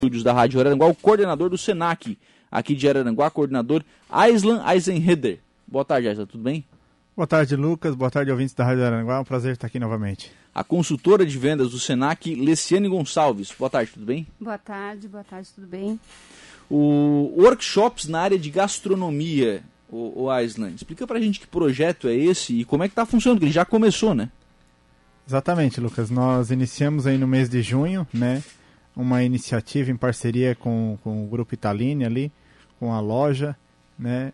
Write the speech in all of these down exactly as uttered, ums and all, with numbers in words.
Estúdios da Rádio Araranguá, o coordenador do Senac, aqui de Araranguá, coordenador Aislan Eisenheder. Boa tarde, Aislan, tudo bem? Boa tarde, Lucas. Boa tarde, ouvintes da Rádio Araranguá. É um prazer estar aqui novamente. A consultora de vendas do Senac, Leciane Gonçalves. Boa tarde, tudo bem? Boa tarde, boa tarde, tudo bem? O workshops na área de gastronomia, o, o Aislan, explica pra gente que projeto é esse e como é que tá funcionando, porque ele já começou, né? Exatamente, Lucas. Nós iniciamos aí no mês de junho, né, uma iniciativa em parceria com, com o Grupo Italine ali, com a loja, né,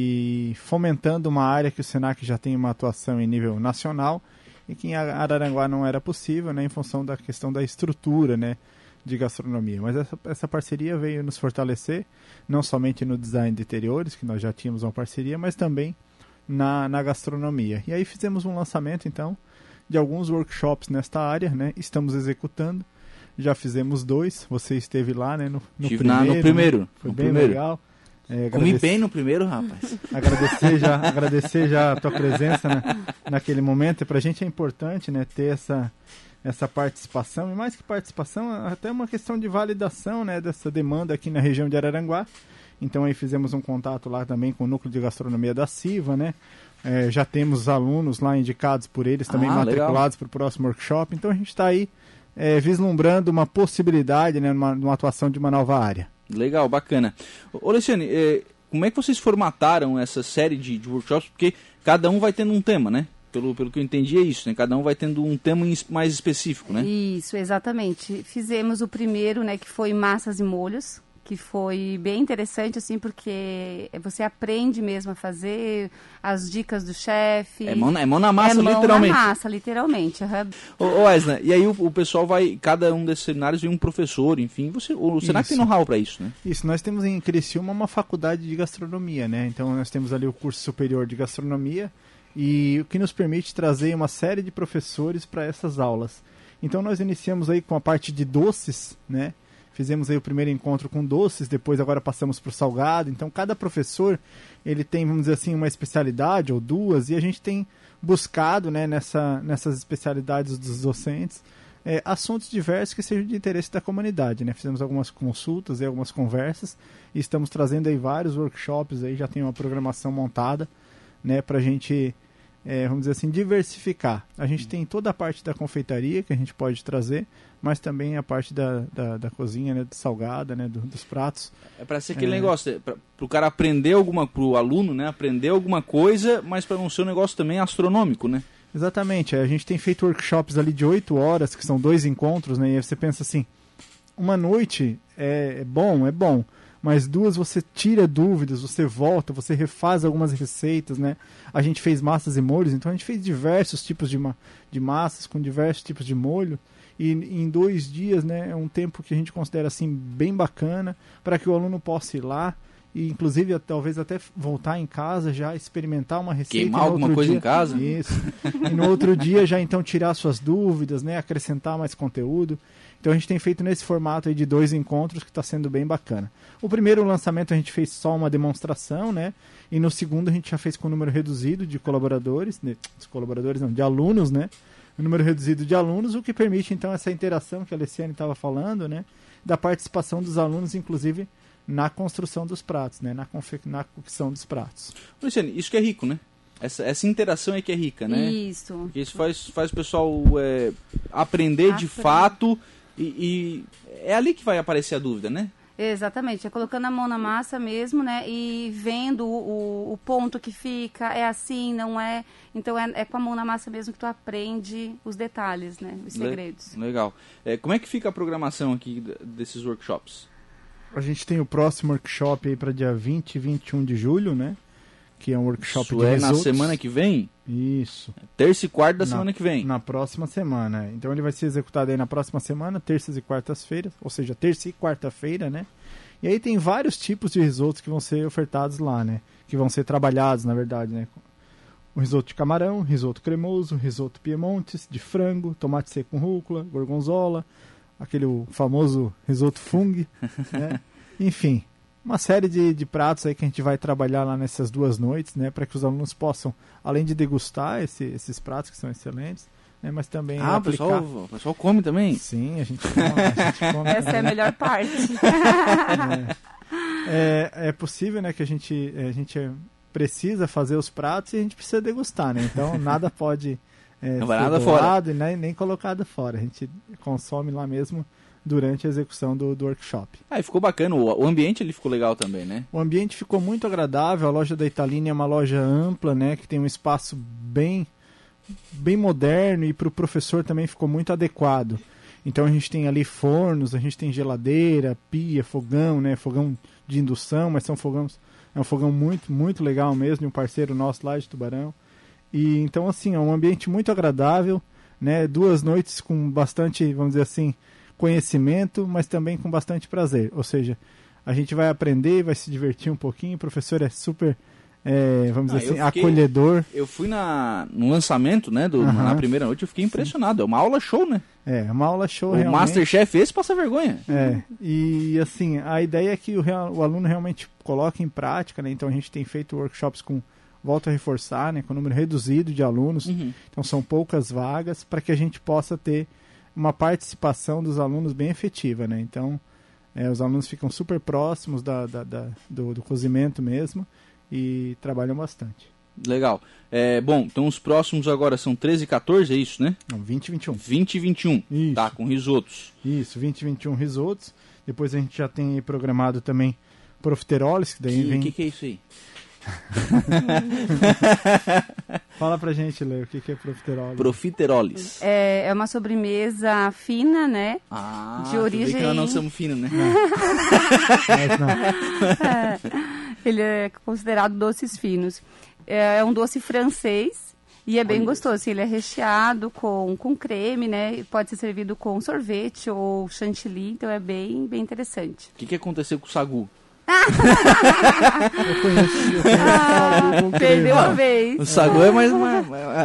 e fomentando uma área que o Senac já tem uma atuação em nível nacional e que em Araranguá não era possível, né, em função da questão da estrutura, né, de gastronomia. Mas essa, essa parceria veio nos fortalecer, não somente no design de interiores, que nós já tínhamos uma parceria, mas também na, na gastronomia. E aí fizemos um lançamento, então, de alguns workshops nesta área, né, estamos executando, já fizemos dois, você esteve lá, né, no, no Estive primeiro. Na, no primeiro. Né? Foi no bem primeiro. legal. É, Comi bem no primeiro, rapaz. Agradecer já, agradecer já a tua presença, né, naquele momento. E pra gente é importante, né, ter essa, essa participação, e mais que participação, até uma questão de validação, né, dessa demanda aqui na região de Araranguá. Então aí fizemos um contato lá também com o Núcleo de Gastronomia da Siva, né? É, já temos alunos lá indicados por eles, também ah, matriculados para o próximo workshop. Então a gente está aí é, vislumbrando uma possibilidade, né, numa, numa atuação de uma nova área. Legal, bacana. Ô, Leciane, eh, como é que vocês formataram essa série de, de workshops? Porque cada um vai tendo um tema, né? Pelo, pelo que eu entendi é isso, né? Cada um vai tendo um tema mais específico, né? Isso, exatamente. Fizemos o primeiro, né, que foi massas e molhos, que foi bem interessante, assim, porque você aprende mesmo a fazer as dicas do chefe. É mão, é mão na massa, é mão literalmente. na massa, literalmente. Uhum. Ô, ô Aislan, e aí o, o pessoal vai, cada um desses seminários vem um professor, enfim, você, o Senac tem know-how para isso, né? Isso, nós temos em Criciúma uma faculdade de gastronomia, né? Então nós temos ali o curso superior de gastronomia, e o que nos permite trazer uma série de professores para essas aulas. Então nós iniciamos aí com a parte de doces, né? Fizemos aí o primeiro encontro com doces, depois agora passamos para o salgado. Então cada professor, ele tem, vamos dizer assim, uma especialidade ou duas, e a gente tem buscado, né, nessa, nessas especialidades dos docentes, é, assuntos diversos que sejam de interesse da comunidade, né? Fizemos algumas consultas e algumas conversas, e estamos trazendo aí vários workshops, aí já tem uma programação montada, né, para a gente, é, vamos dizer assim, diversificar. A gente tem toda a parte da confeitaria que a gente pode trazer, mas também a parte da, da, da cozinha, né, de salgada, né, do, dos pratos. É para ser aquele é... negócio, para o cara aprender alguma, para o aluno, né, aprender alguma coisa, mas para não ser um negócio também astronômico, né? Exatamente, a gente tem feito workshops ali de oito horas, que são dois encontros, né, e aí você pensa assim, uma noite é, é bom, é bom, mas duas você tira dúvidas, você volta, você refaz algumas receitas, né? A gente fez massas e molhos, então a gente fez diversos tipos de, ma de massas, com diversos tipos de molho, e em dois dias, né, é um tempo que a gente considera assim bem bacana, para que o aluno possa ir lá, e inclusive talvez até voltar em casa, já experimentar uma receita. Queimar alguma coisa dia, em casa? Isso. E no outro dia já então tirar suas dúvidas, né, acrescentar mais conteúdo. Então a gente tem feito nesse formato aí de dois encontros que está sendo bem bacana. O primeiro lançamento a gente fez só uma demonstração, né? E no segundo a gente já fez com um número reduzido de colaboradores, de, de colaboradores não, de alunos, né? Um número reduzido de alunos, o que permite então essa interação que a Leciane estava falando, né? Da participação dos alunos, inclusive na construção dos pratos, né? Na, confe na cocção dos pratos. Leciane, isso que é rico, né? Essa, essa interação é que é rica, né? Isso. Porque isso faz, faz o pessoal é, aprender Aprende. de fato. E, e é ali que vai aparecer a dúvida, né? Exatamente, é colocando a mão na massa mesmo, né? E vendo o, o ponto que fica, é assim, não é... Então é, é com a mão na massa mesmo que tu aprende os detalhes, né? Os segredos. Legal. É, como é que fica a programação aqui desses workshops? A gente tem o próximo workshop aí para dia vinte e vinte e um de julho, né? Que é um workshop Isso de é risotos. Na semana que vem? Isso. Terça e quarta da na, semana que vem. Na próxima semana. Então ele vai ser executado aí na próxima semana, terças e quartas-feiras, ou seja, terça e quarta-feira, né? E aí tem vários tipos de risotos que vão ser ofertados lá, né? Que vão ser trabalhados, na verdade, né? O risoto de camarão, risoto cremoso, risoto piemontes, de frango, tomate seco com rúcula, gorgonzola, aquele famoso risoto fungo, né? Enfim, uma série de, de pratos aí que a gente vai trabalhar lá nessas duas noites, né, para que os alunos possam, além de degustar esse, esses pratos que são excelentes, né, mas também Ah, o aplicar... pessoal, o pessoal come também? Sim, a gente come. A gente come Essa também. é a melhor parte. É, é, é possível, né, que a gente, a gente precisa fazer os pratos e a gente precisa degustar, né? Então nada pode é, Não vai ser nada doado e nem, nem colocado fora. A gente consome lá mesmo durante a execução do, do workshop. Ah, e ficou bacana. O, o ambiente ele ficou legal também, né? O ambiente ficou muito agradável. A loja da Italina é uma loja ampla, né, que tem um espaço bem, bem moderno e para o professor também ficou muito adequado. Então a gente tem ali fornos, a gente tem geladeira, pia, fogão, né, fogão de indução, mas são fogões, é um fogão muito, muito legal mesmo, um parceiro nosso lá de Tubarão. E então assim, é um ambiente muito agradável, né, duas noites com bastante, vamos dizer assim, conhecimento, mas também com bastante prazer. Ou seja, a gente vai aprender, vai se divertir um pouquinho, o professor é super, é, vamos Ah, dizer assim, eu fiquei- acolhedor. Eu fui na, no lançamento, né, do, Aham. na primeira noite, eu fiquei impressionado. É uma aula show, né? É, uma aula show O realmente. Masterchef esse passa vergonha. É, e assim, a ideia é que o, real- o aluno realmente coloque em prática, né? Então a gente tem feito workshops com, volto a reforçar, né? Com número reduzido de alunos, Uhum. então são poucas vagas para que a gente possa ter uma participação dos alunos bem efetiva, né? Então é, os alunos ficam super próximos da, da- da- do, do cozimento mesmo e trabalham bastante. Legal. É, bom, então os próximos agora são treze e quatorze, é isso, né? Então, vinte e vinte e um. vinte e vinte e um. Isso. Tá, com risotos. Isso, vinte e vinte e um risotos. Depois a gente já tem aí programado também profiteroles, que daí O vem... que, que é isso aí? Fala pra gente, Leo, o que que é profiterole? Profiteroles. É, é uma sobremesa fina, né? Ah, De tu vê origem- que nós não somos finos, né? Mas não. É, ele é considerado doces finos. É um doce francês e é bem Olha gostoso. Ele é recheado com, com creme, né? E pode ser servido com sorvete ou chantilly, então é bem, bem interessante. O que, que aconteceu com o sagu? Eu conheço, eu conheço Ah, com creme. perdeu a vez. O sagu é mais uma...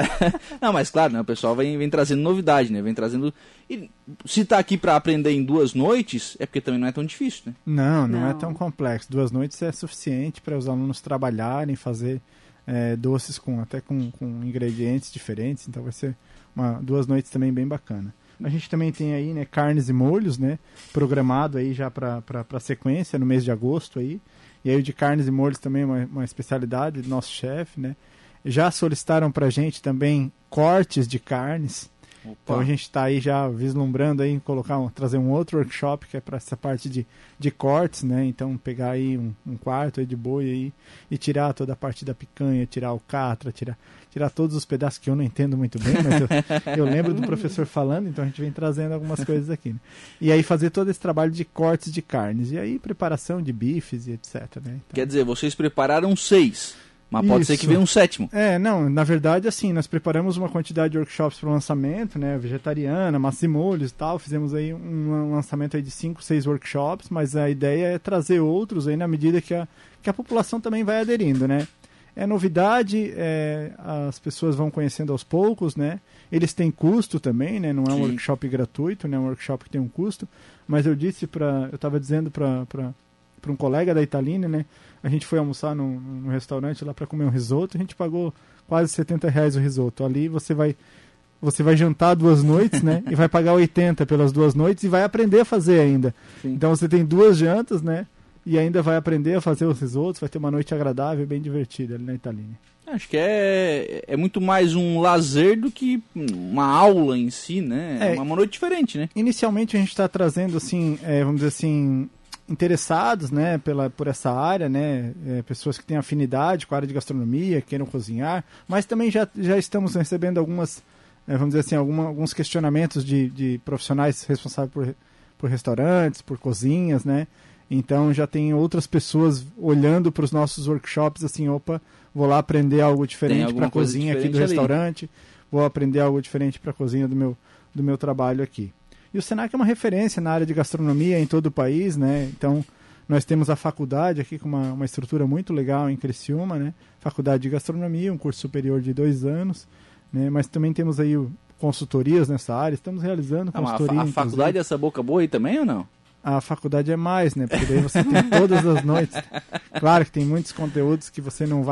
Não, mas claro, né, o pessoal vem, vem trazendo novidade, né? Vem trazendo... E se tá aqui para aprender em duas noites, é porque também não é tão difícil, né? Não, não, é Não. tão complexo. Duas noites é suficiente para os alunos trabalharem, fazer é, doces com até com, com ingredientes diferentes. Então vai ser uma, duas noites também bem bacana. A gente também tem aí, né, carnes e molhos, né, programado aí já para a sequência no mês de agosto aí. E aí o de carnes e molhos também é uma, uma especialidade do nosso chefe, né. Já solicitaram para a gente também cortes de carnes. Opa. Então a gente está aí já vislumbrando aí colocar um, trazer um outro workshop que é para essa parte de, de cortes, né? Então pegar aí um, um quarto aí de boi aí e tirar toda a parte da picanha, tirar o catra, tirar tirar todos os pedaços que eu não entendo muito bem, mas eu, eu lembro do professor falando, então a gente vem trazendo algumas coisas aqui. Né? E aí fazer todo esse trabalho de cortes de carnes e aí preparação de bifes e etc. Né? Então, Quer dizer, vocês prepararam seis, mas pode ser Isso. que venha um sétimo. É, não, na verdade, assim, nós preparamos uma quantidade de workshops para o lançamento, né, vegetariana, massa e molhos e tal, fizemos aí um, um lançamento aí de cinco, seis workshops, mas a ideia é trazer outros aí na medida que a, que a população também vai aderindo, né. É novidade, é, as pessoas vão conhecendo aos poucos, né, eles têm custo também, né, não é um Sim. workshop gratuito, né, é um workshop que tem um custo, mas eu disse para, eu estava dizendo para para um colega da Italina, né? A gente foi almoçar num, num restaurante lá para comer um risoto, a gente pagou quase setenta reais o risoto. Ali você vai você vai jantar duas noites, né? E vai pagar oitenta pelas duas noites e vai aprender a fazer ainda. Sim. Então você tem duas jantas, né? E ainda vai aprender a fazer os risotos, vai ter uma noite agradável, bem divertida ali na Italina. Acho que é, é muito mais um lazer do que uma aula em si, né? É É. uma noite diferente, né? Inicialmente a gente está trazendo, assim, é, vamos dizer assim, interessados, né, pela, por essa área, né, é, pessoas que têm afinidade com a área de gastronomia, queiram cozinhar, mas também já, já estamos recebendo algumas, é, vamos dizer assim, alguma, alguns questionamentos de, de profissionais responsáveis por, por restaurantes, por cozinhas, né, então já tem outras pessoas olhando para os nossos workshops, assim, opa, vou lá aprender algo diferente para alguma a coisa cozinha aqui do diferente ali. restaurante, vou aprender algo diferente para a cozinha do meu, do meu trabalho aqui. E o Senac é uma referência na área de gastronomia em todo o país, né? Então, nós temos a faculdade aqui com uma, uma estrutura muito legal em Criciúma, né? Faculdade de Gastronomia, um curso superior de dois anos, né? Mas também temos aí o, consultorias nessa área, estamos realizando Ah, mas a, consultoria. fa- a inclusive. faculdade é essa boca boa aí também ou não? A faculdade é mais, né? Porque daí você tem todas as noites. Claro que tem muitos conteúdos que você não vai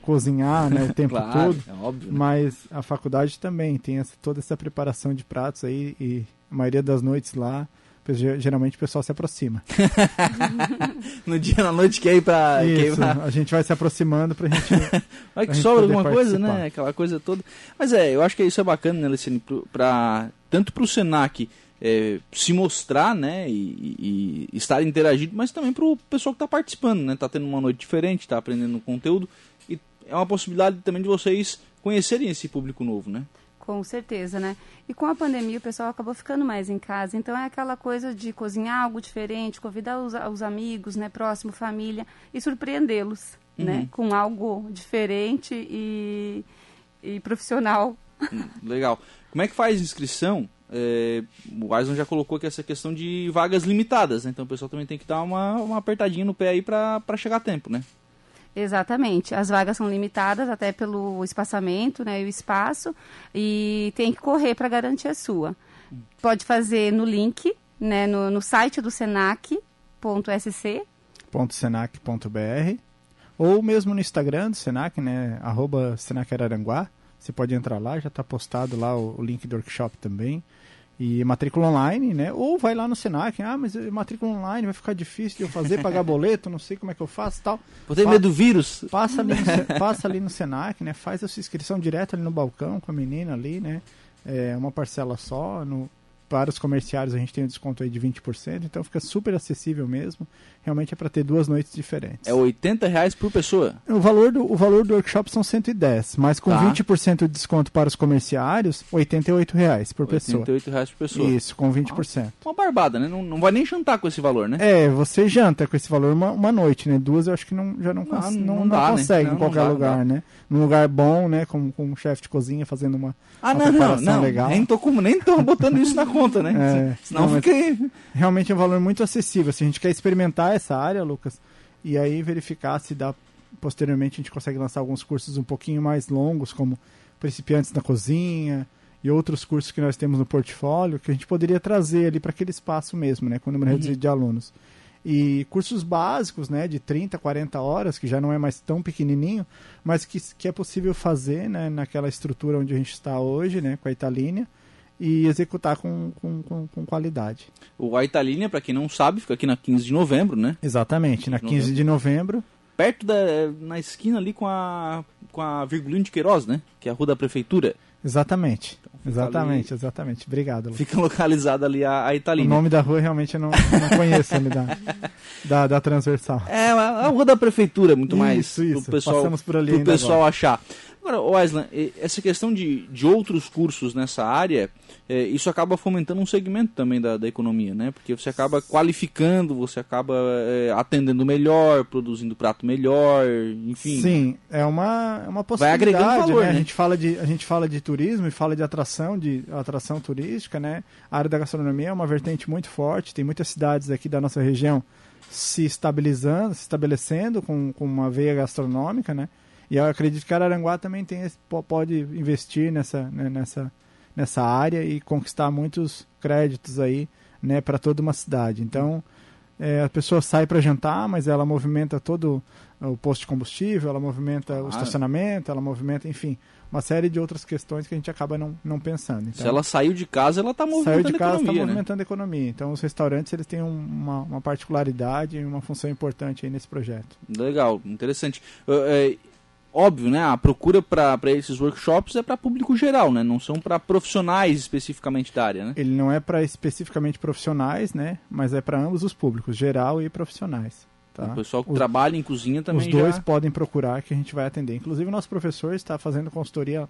cozinhar, né, o tempo Claro, todo, é óbvio, né? mas a faculdade também tem essa, toda essa preparação de pratos aí, e a maioria das noites lá, geralmente o pessoal se aproxima. No dia, na noite, quer ir pra... Isso, quer ir pra... a gente vai se aproximando pra gente... Vai que gente sobra poder alguma coisa, participar. né? Aquela coisa toda. Mas é, eu acho que isso é bacana, né, Alessandro? Pro- Pra, tanto para o Senac é, se mostrar, né, e, e- e estar interagindo, mas também para o pessoal que está participando, né? Tá tendo uma noite diferente, tá aprendendo conteúdo. E é uma possibilidade também de vocês conhecerem esse público novo, né? Com certeza, né? E com a pandemia o pessoal acabou ficando mais em casa, então é aquela coisa de cozinhar algo diferente, convidar os, os amigos, né, próximo, família, e surpreendê-los, Uhum. né, com algo diferente e, e profissional. Hum, Legal. Como é que faz inscrição? É, o Aislan já colocou aqui essa questão de vagas limitadas, né? Então o pessoal também tem que dar uma, uma apertadinha no pé aí para chegar a tempo, né? Exatamente. As vagas são limitadas até pelo espaçamento, né, e o espaço, e tem que correr para garantir a sua. Pode fazer no link, né, no, no site do senac ponto s c. .senac ponto b r, ou mesmo no Instagram do Senac, né, arroba Senac Araranguá. Você pode entrar lá, já está postado lá o, o link do workshop também. E matrícula online, né? Ou vai lá no Senac, ah, mas matrícula online vai ficar difícil de eu fazer, pagar boleto, não sei como é que eu faço e tal. Vou ter Pa- medo do vírus. Passa ali, no, Se- passa ali no Senac, né? Faz a sua inscrição direto ali no balcão com a menina ali, né? É uma parcela só. No, para os comerciários a gente tem um desconto aí de vinte por cento, então fica super acessível mesmo. Realmente é para ter duas noites diferentes. É oitenta reais por pessoa. O valor, do, o valor do workshop são cento e dez, mas com Tá. vinte por cento de desconto para os comerciários, oitenta e oito reais por pessoa. oitenta e oito reais por pessoa. Isso, com vinte por cento. Uma barbada, né? Não, não vai nem jantar com esse valor, né? É, você janta com esse valor uma, uma noite, né? Duas eu acho que não, já não, cons- Não, não, não não dá, né? consegue Não, em não qualquer dá, não lugar, dá. né? Num lugar bom, né? Com, com um chefe de cozinha fazendo uma, Ah, uma não, não, preparação não. legal. Nem tô, como, nem tô botando isso na conta, né? É, Senão não, mas- fica aí. Realmente é um valor muito acessível. Se a gente quer experimentar essa área, Lucas, e aí verificar se dá, posteriormente a gente consegue lançar alguns cursos um pouquinho mais longos, como principiantes na cozinha e outros cursos que nós temos no portfólio, que a gente poderia trazer ali para aquele espaço mesmo, né, com o número Uhum. reduzido de alunos. E cursos básicos, né, de trinta, quarenta horas, que já não é mais tão pequenininho, mas que, que é possível fazer, né, naquela estrutura onde a gente está hoje, né, com a Italínia, e executar com, com, com, com qualidade. O A Italínia, pra quem não sabe, fica aqui na quinze de novembro, né? Exatamente, na quinze de novembro. Perto da... na esquina ali com a... com a Virgulino de Queiroz, né? Que é a rua da prefeitura. Exatamente. fica Exatamente, ali- exatamente. Obrigado, Lucas. Fica localizada ali a, a O Italínia. nome da rua realmente eu não, não conheço ali da, da, da transversal. É, a a rua da prefeitura, muito mais. Isso, isso. Pro pessoal, Passamos por ali pro ainda pessoal agora. achar. Agora, ô Aislan, eh, essa questão de, de outros cursos nessa área, eh, isso acaba fomentando um segmento também da, da economia, né? Porque você acaba qualificando, você acaba eh, atendendo melhor, produzindo prato melhor, enfim. Sim, é uma, é uma Vai agregando possibilidade, valor, né? né? A gente fala de, a gente fala de turismo e fala de atração, de atração turística, né? A área da gastronomia é uma vertente muito forte, tem muitas cidades aqui da nossa região se estabilizando, se estabelecendo com, com uma veia gastronômica, né? E eu acredito que Araranguá também tem esse, po- pode investir nessa, né, nessa, nessa área e conquistar muitos créditos aí, né, para toda uma cidade. Então, é, a pessoa sai para jantar, mas ela movimenta todo o posto de combustível, ela movimenta o Ah. estacionamento, ela movimenta, enfim, uma série de outras questões que a gente acaba não, não pensando. Então, Se ela saiu de casa, ela está saiu movimentando de a casa, está economia, né? movimentando a economia. Então, os restaurantes eles têm um- uma, uma particularidade e uma função importante aí nesse projeto. Legal, interessante. É, é, óbvio, né? A procura para esses workshops é para público geral, né? Não são para profissionais especificamente da área, né? Ele não é para especificamente profissionais, né? Mas é para ambos os públicos, geral e profissionais. Tá? O pessoal que Os- trabalha em cozinha também Os dois já... podem procurar que a gente vai atender. Inclusive, o nosso professor está fazendo consultoria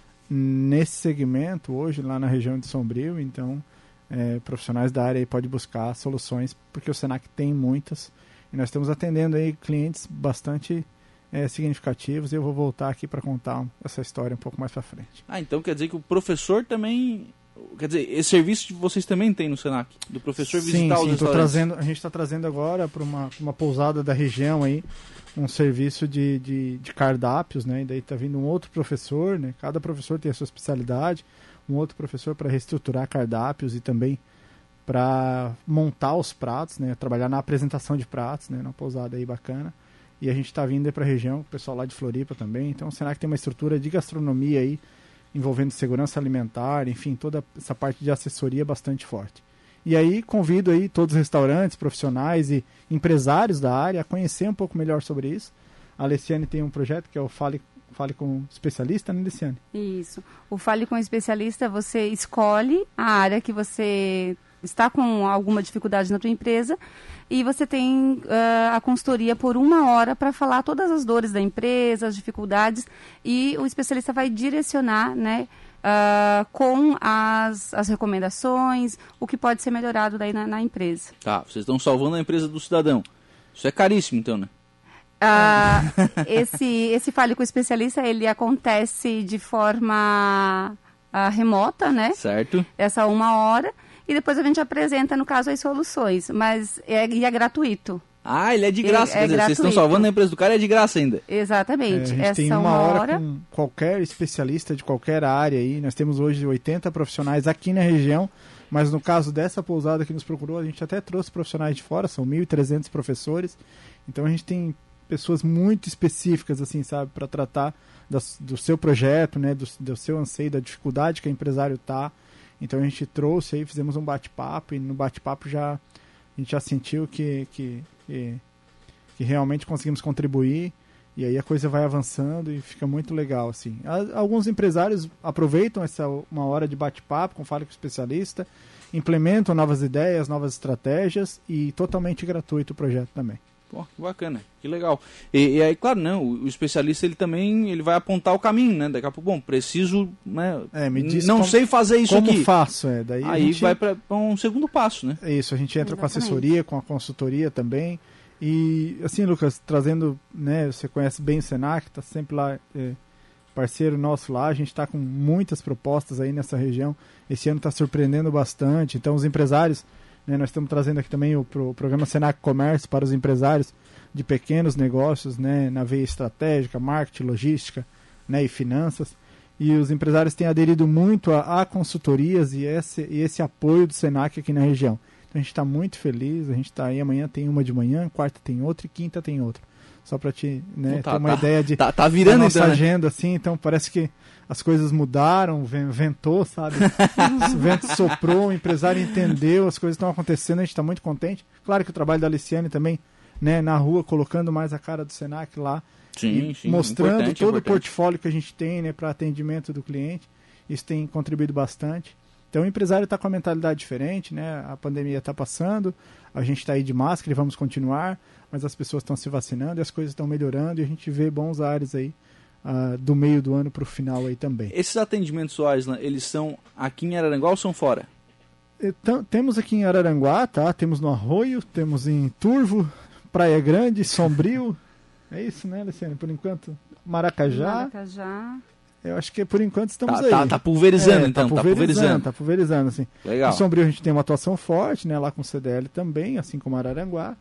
nesse segmento hoje, lá na região de Sombrio. Então, é, profissionais da área aí podem buscar soluções, porque o Senac tem muitas. E nós estamos atendendo aí clientes bastante é, significativos. E eu vou voltar aqui para contar essa história um pouco mais para frente. Ah, então quer dizer que o professor também... Quer dizer, esse serviço vocês também têm no Senac? Do professor sim, visitar os sim, tô restaurantes? trazendo, a gente está trazendo agora para uma, pra uma pousada da região aí um serviço de, de, de cardápios, né? E daí está vindo um outro professor, né? Cada professor tem a sua especialidade, um outro professor para reestruturar cardápios e também para montar os pratos, né? Trabalhar na apresentação de pratos, né? Uma pousada aí bacana. e a gente está vindo para a região, o pessoal lá de Floripa também. Então o Senac tem uma estrutura de gastronomia aí, envolvendo segurança alimentar, enfim, toda essa parte de assessoria bastante forte. E aí convido aí todos os restaurantes, profissionais e empresários da área a conhecer um pouco melhor sobre isso. A Alessiane tem um projeto que é o Fale, Fale com Especialista, né, Alessiane? Isso. O Fale com Especialista, você escolhe a área que você está com alguma dificuldade na tua empresa e você tem uh, a consultoria por uma hora para falar todas as dores da empresa, as dificuldades, e o especialista vai direcionar, né, uh, com as, as recomendações, o que pode ser melhorado daí na, na empresa. Tá, vocês estão salvando a empresa do cidadão. Isso é caríssimo, então, né? Uh, esse, esse Fale com o Especialista, ele acontece de forma uh, remota, né? Certo. Essa uma hora. E depois a gente apresenta, no caso, as soluções. Mas é, e é gratuito. Ah, ele é de graça. É, quer é dizer, vocês estão salvando a empresa do cara, é de graça ainda. Exatamente. É, a gente Essa tem uma, uma hora, hora com qualquer especialista de qualquer área aí. Nós temos hoje oitenta profissionais aqui na região, mas no caso dessa pousada que nos procurou, a gente até trouxe profissionais de fora, são mil e trezentos professores. Então a gente tem pessoas muito específicas, assim, sabe, para tratar das, do seu projeto, né, do, do seu anseio, da dificuldade que o empresário tá. Então a gente trouxe aí, fizemos um bate-papo, e no bate-papo já a gente já sentiu que, que, que, que realmente conseguimos contribuir, e aí a coisa vai avançando e fica muito legal, assim. Alguns empresários aproveitam essa uma hora de bate-papo com Fale com o Especialista, implementam novas ideias, novas estratégias, e totalmente gratuito o projeto também. Pô, que bacana, que legal. E, e aí, claro, né, o, o especialista ele também ele vai apontar o caminho, né? Daqui a pouco, bom, preciso, né? É, me diz não como, sei fazer isso como aqui. Como faço, é. Daí aí gente... vai para um segundo passo, né? É isso, a gente entra Exatamente. com a assessoria, com a consultoria também. E, assim, Lucas, trazendo, né, você conhece bem o Senac, tá sempre lá, é, parceiro nosso lá, a gente está com muitas propostas aí nessa região. Esse ano está surpreendendo bastante, então os empresários, né, nós estamos trazendo aqui também o pro, programa Senac Comércio para os empresários de pequenos negócios, né, na veia estratégica, marketing, logística, né, e finanças. E os empresários têm aderido muito a, a consultorias e esse, e esse apoio do Senac aqui na região. Então a gente está muito feliz, a gente está aí, amanhã tem uma de manhã, quarta tem outra e quinta tem outra. Só para te, né, tá, ter uma tá, ideia de tá, tá virando da nossa então, agenda, né? Assim, então parece que as coisas mudaram, ventou, sabe? O vento soprou, o empresário entendeu, as coisas estão acontecendo, a gente está muito contente. Claro que o trabalho da Alessiane também, né, na rua, colocando mais a cara do Senac lá, sim, sim, mostrando importante, todo importante. o portfólio que a gente tem, né, para atendimento do cliente. Isso tem contribuído bastante. Então o empresário está com uma mentalidade diferente, né? A pandemia está passando, a gente está aí de máscara e vamos continuar, mas as pessoas estão se vacinando e as coisas estão melhorando e a gente vê bons ares aí uh, do meio do ano para o final aí também. Esses atendimentos, Aislan, eles são aqui em Araranguá ou são fora? Então, temos aqui em Araranguá, tá? Temos no Arroio, temos em Turvo, Praia Grande, Sombrio. É isso, né, Alessiane? Por enquanto, Maracajá. Maracajá. Eu acho que por enquanto estamos tá, aí. Tá, tá pulverizando, é, então. Tá pulverizando, tá pulverizando. tá pulverizando, assim. Legal. No Sombrio a gente tem uma atuação forte, né? Lá com o C D L também, assim como Araranguá.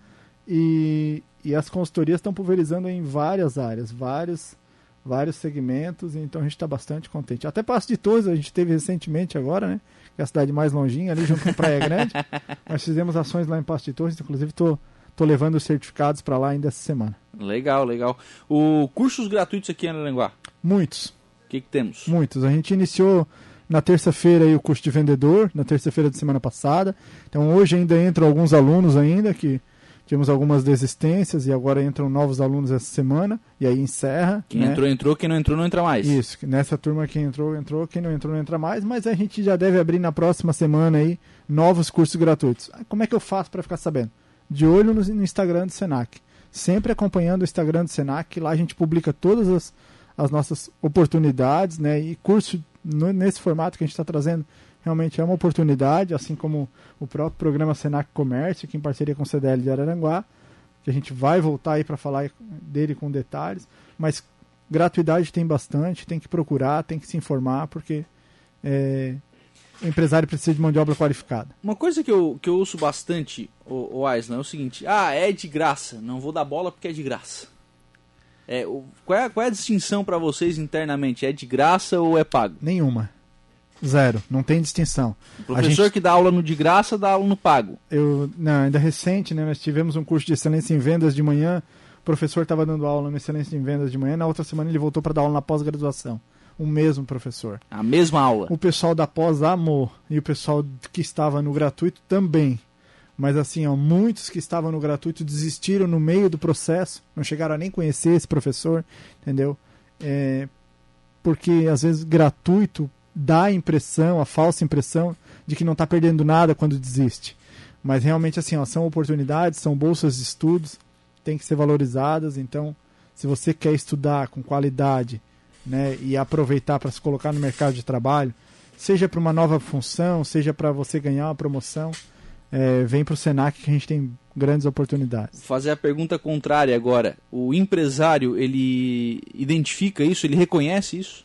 E, e as consultorias estão pulverizando em várias áreas, vários, vários segmentos, então a gente está bastante contente. Até Passo de Torres a gente teve recentemente agora, né? Que é a cidade mais longinha, ali junto com Praia Grande. Nós fizemos ações lá em Passo de Torres, inclusive estou tô levando os certificados para lá ainda essa semana. Legal, legal. O cursos gratuitos aqui em Araranguá? Muitos. O que, que temos? Muitos. A gente iniciou na terça-feira aí o curso de vendedor, na terça-feira da semana passada. Então hoje ainda entram alguns alunos ainda, que tivemos algumas desistências e agora entram novos alunos essa semana, e aí encerra. Quem né? entrou, entrou, quem não entrou, não entra mais. Isso, nessa turma quem entrou, entrou, quem não entrou, não entra mais, mas a gente já deve abrir na próxima semana aí novos cursos gratuitos. Como é que eu faço para ficar sabendo? De olho no, no Instagram do Senac. Sempre acompanhando o Instagram do Senac, lá a gente publica todas as, as nossas oportunidades, né? E curso no, nesse formato que a gente está trazendo realmente é uma oportunidade, assim como o próprio programa Senac Comércio, que em parceria com o C D L de Araranguá, que a gente vai voltar aí para falar dele com detalhes, mas gratuidade tem bastante, tem que procurar, tem que se informar, porque é, o empresário precisa de mão de obra qualificada. Uma coisa que eu, que eu ouço bastante, o, o Aislan, é o seguinte: ah, é de graça, não vou dar bola porque é de graça. É, o, qual, é, qual é a distinção para vocês internamente? É de graça ou é pago? Nenhuma. Zero. Não tem distinção. O professor gente, que dá aula no de graça dá aula no pago. Eu, não, ainda recente, né, nós tivemos um curso de excelência em vendas de manhã. O professor estava dando aula no Excelência em Vendas de manhã, na outra semana ele voltou para dar aula na pós-graduação. O mesmo professor. A mesma aula. O pessoal da pós amou, e o pessoal que estava no gratuito também. Mas assim, ó, muitos que estavam no gratuito desistiram no meio do processo, não chegaram a nem conhecer esse professor, entendeu? É, porque às vezes gratuito dá a impressão, a falsa impressão de que não está perdendo nada quando desiste. Mas realmente assim, ó, são oportunidades, são bolsas de estudos, tem que ser valorizadas. Então, se você quer estudar com qualidade, né, e aproveitar para se colocar no mercado de trabalho, seja para uma nova função, seja para você ganhar uma promoção, é, vem para o Senac que a gente tem grandes oportunidades. Vou fazer a pergunta contrária agora. O empresário, ele identifica isso, ele reconhece isso?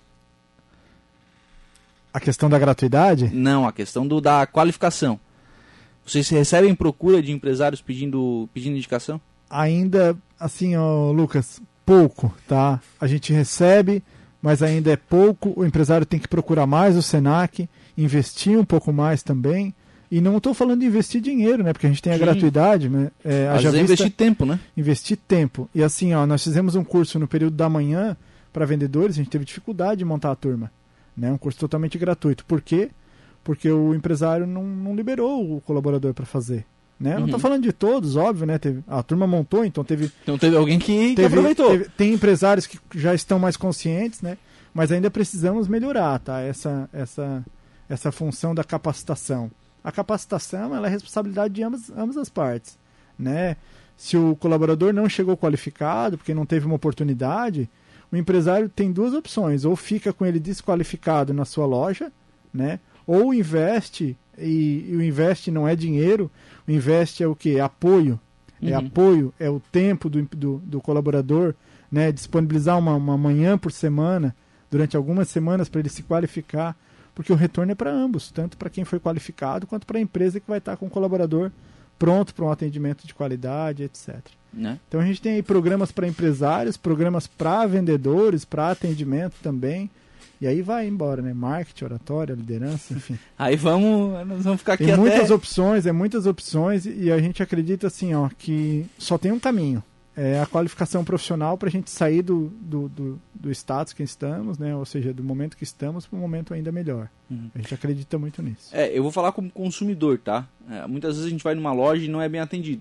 A questão da gratuidade? Não, a questão do, da qualificação. Vocês recebem procura de empresários pedindo, pedindo indicação? Ainda, assim, ó, Lucas, pouco, tá? A gente recebe, mas ainda é pouco. O empresário tem que procurar mais o Senac, investir um pouco mais também. E não estou falando de investir dinheiro, né? Porque a gente tem a Sim. gratuidade, né? É, Às vezes é investir tempo, né? Investir tempo. E assim, ó, nós fizemos um curso no período da manhã para vendedores, a gente teve dificuldade de montar a turma. Né? Um curso totalmente gratuito. Por quê? Porque o empresário não, não liberou o colaborador para fazer. Né? Uhum. Não estou falando de todos, óbvio, né? Teve, a turma montou, então teve... Então teve alguém que, teve, que aproveitou. Teve, tem empresários que já estão mais conscientes, né? Mas ainda precisamos melhorar, tá? Essa, essa, essa função da capacitação. A capacitação, ela é responsabilidade de ambas, ambas as partes, né? Se o colaborador não chegou qualificado, porque não teve uma oportunidade, o empresário tem duas opções: ou fica com ele desqualificado na sua loja, né? Ou investe, e, e o investe não é dinheiro, o investe é o quê? Apoio. Uhum. É apoio, é o tempo do, do, do colaborador, né? Disponibilizar uma, uma manhã por semana, durante algumas semanas, para ele se qualificar. Porque o retorno é para ambos, tanto para quem foi qualificado, quanto para a empresa que vai estar com o colaborador pronto para um atendimento de qualidade, etcétera. Né? Então a gente tem aí programas para empresários, programas para vendedores, para atendimento também. E aí vai embora, né? Marketing, oratória, liderança, enfim. Aí vamos, nós vamos ficar aqui tem até... muitas opções, é muitas opções, e a gente acredita assim, ó, que só tem um caminho. É a qualificação profissional para a gente sair do, do, do, do status que estamos, né? Ou seja, do momento que estamos para um momento ainda melhor. Uhum. A gente acredita muito nisso. É, eu vou falar como consumidor, tá? É, muitas vezes a gente vai numa loja e não é bem atendido.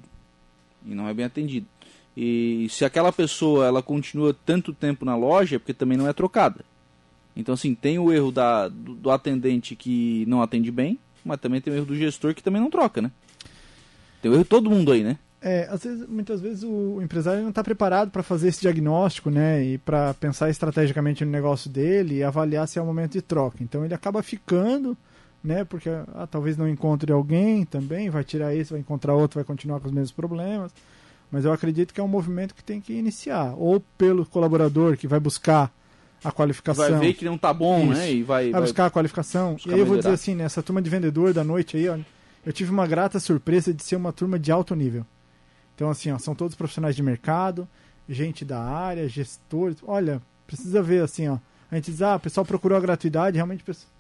E não é bem atendido. E se aquela pessoa ela continua tanto tempo na loja, é porque também não é trocada. Então, assim, tem o erro da, do, do atendente que não atende bem, mas também tem o erro do gestor que também não troca, né? Tem o erro de todo mundo aí, né? É, às vezes, muitas vezes o empresário não está preparado para fazer esse diagnóstico, né, e para pensar estrategicamente no negócio dele e avaliar se é o momento de troca. Então ele acaba ficando, né, porque ah, talvez não encontre alguém também, vai tirar esse, vai encontrar outro, vai continuar com os mesmos problemas. Mas eu acredito que é um movimento que tem que iniciar, ou pelo colaborador que vai buscar a qualificação. Vai ver que não está bom, Isso. né, e vai, vai, vai buscar a qualificação. Buscar e aí eu vou dizer assim, nessa turma de vendedor da noite aí, ó, eu tive uma grata surpresa de ser uma turma de alto nível. Então, assim, ó, são todos profissionais de mercado, gente da área, gestores. Olha, precisa ver, assim, ó. A gente diz, ah, o pessoal procurou a gratuidade. Realmente,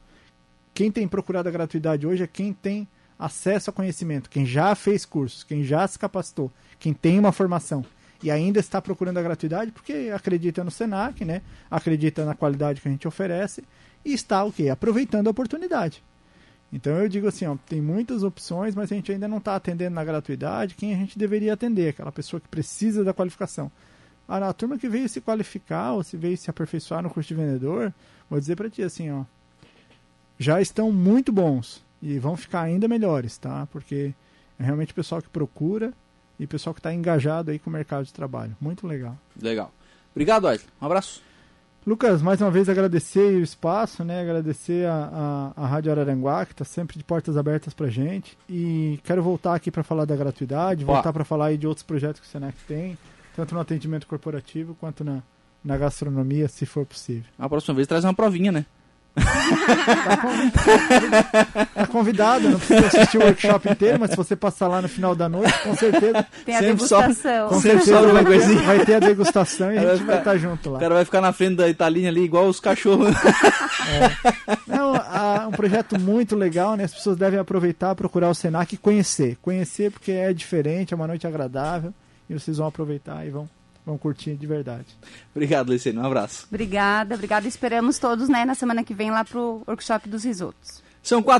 quem tem procurado a gratuidade hoje é quem tem acesso a conhecimento, quem já fez cursos, quem já se capacitou, quem tem uma formação e ainda está procurando a gratuidade porque acredita no Senac, né? Acredita na qualidade que a gente oferece e está, o quê? Aproveitando a oportunidade. Então eu digo assim, ó, tem muitas opções, mas a gente ainda não está atendendo na gratuidade quem a gente deveria atender, aquela pessoa que precisa da qualificação. A, a turma que veio se qualificar ou se veio se aperfeiçoar no curso de vendedor, vou dizer para ti assim, ó, já estão muito bons e vão ficar ainda melhores, tá? Porque é realmente o pessoal que procura e o pessoal que está engajado aí com o mercado de trabalho. Muito legal. Legal. Obrigado, Wesley. Um abraço. Lucas, mais uma vez agradecer o espaço, né? Agradecer a, a, a Rádio Araranguá, que está sempre de portas abertas para gente. E quero voltar aqui para falar da gratuidade, voltar para falar aí de outros projetos que o Senac tem, tanto no atendimento corporativo quanto na, na gastronomia, se for possível. A próxima vez traz uma provinha, né? Tá, convidado, tá convidado, não precisa assistir o workshop inteiro, mas se você passar lá no final da noite, com certeza. Tem a degustação. Com certeza vai ter, vai ter a degustação e a gente vai estar junto lá. O cara vai ficar na frente da Italinha ali, igual os cachorros. É. Não, a, um projeto muito legal, né? As pessoas devem aproveitar, procurar o Senac e conhecer. Conhecer porque é diferente, é uma noite agradável e vocês vão aproveitar e vão vão curtir de verdade. Obrigado, Lecene. Um abraço. Obrigada, obrigada. Esperamos todos, né, na semana que vem lá pro workshop dos risotos. São quatro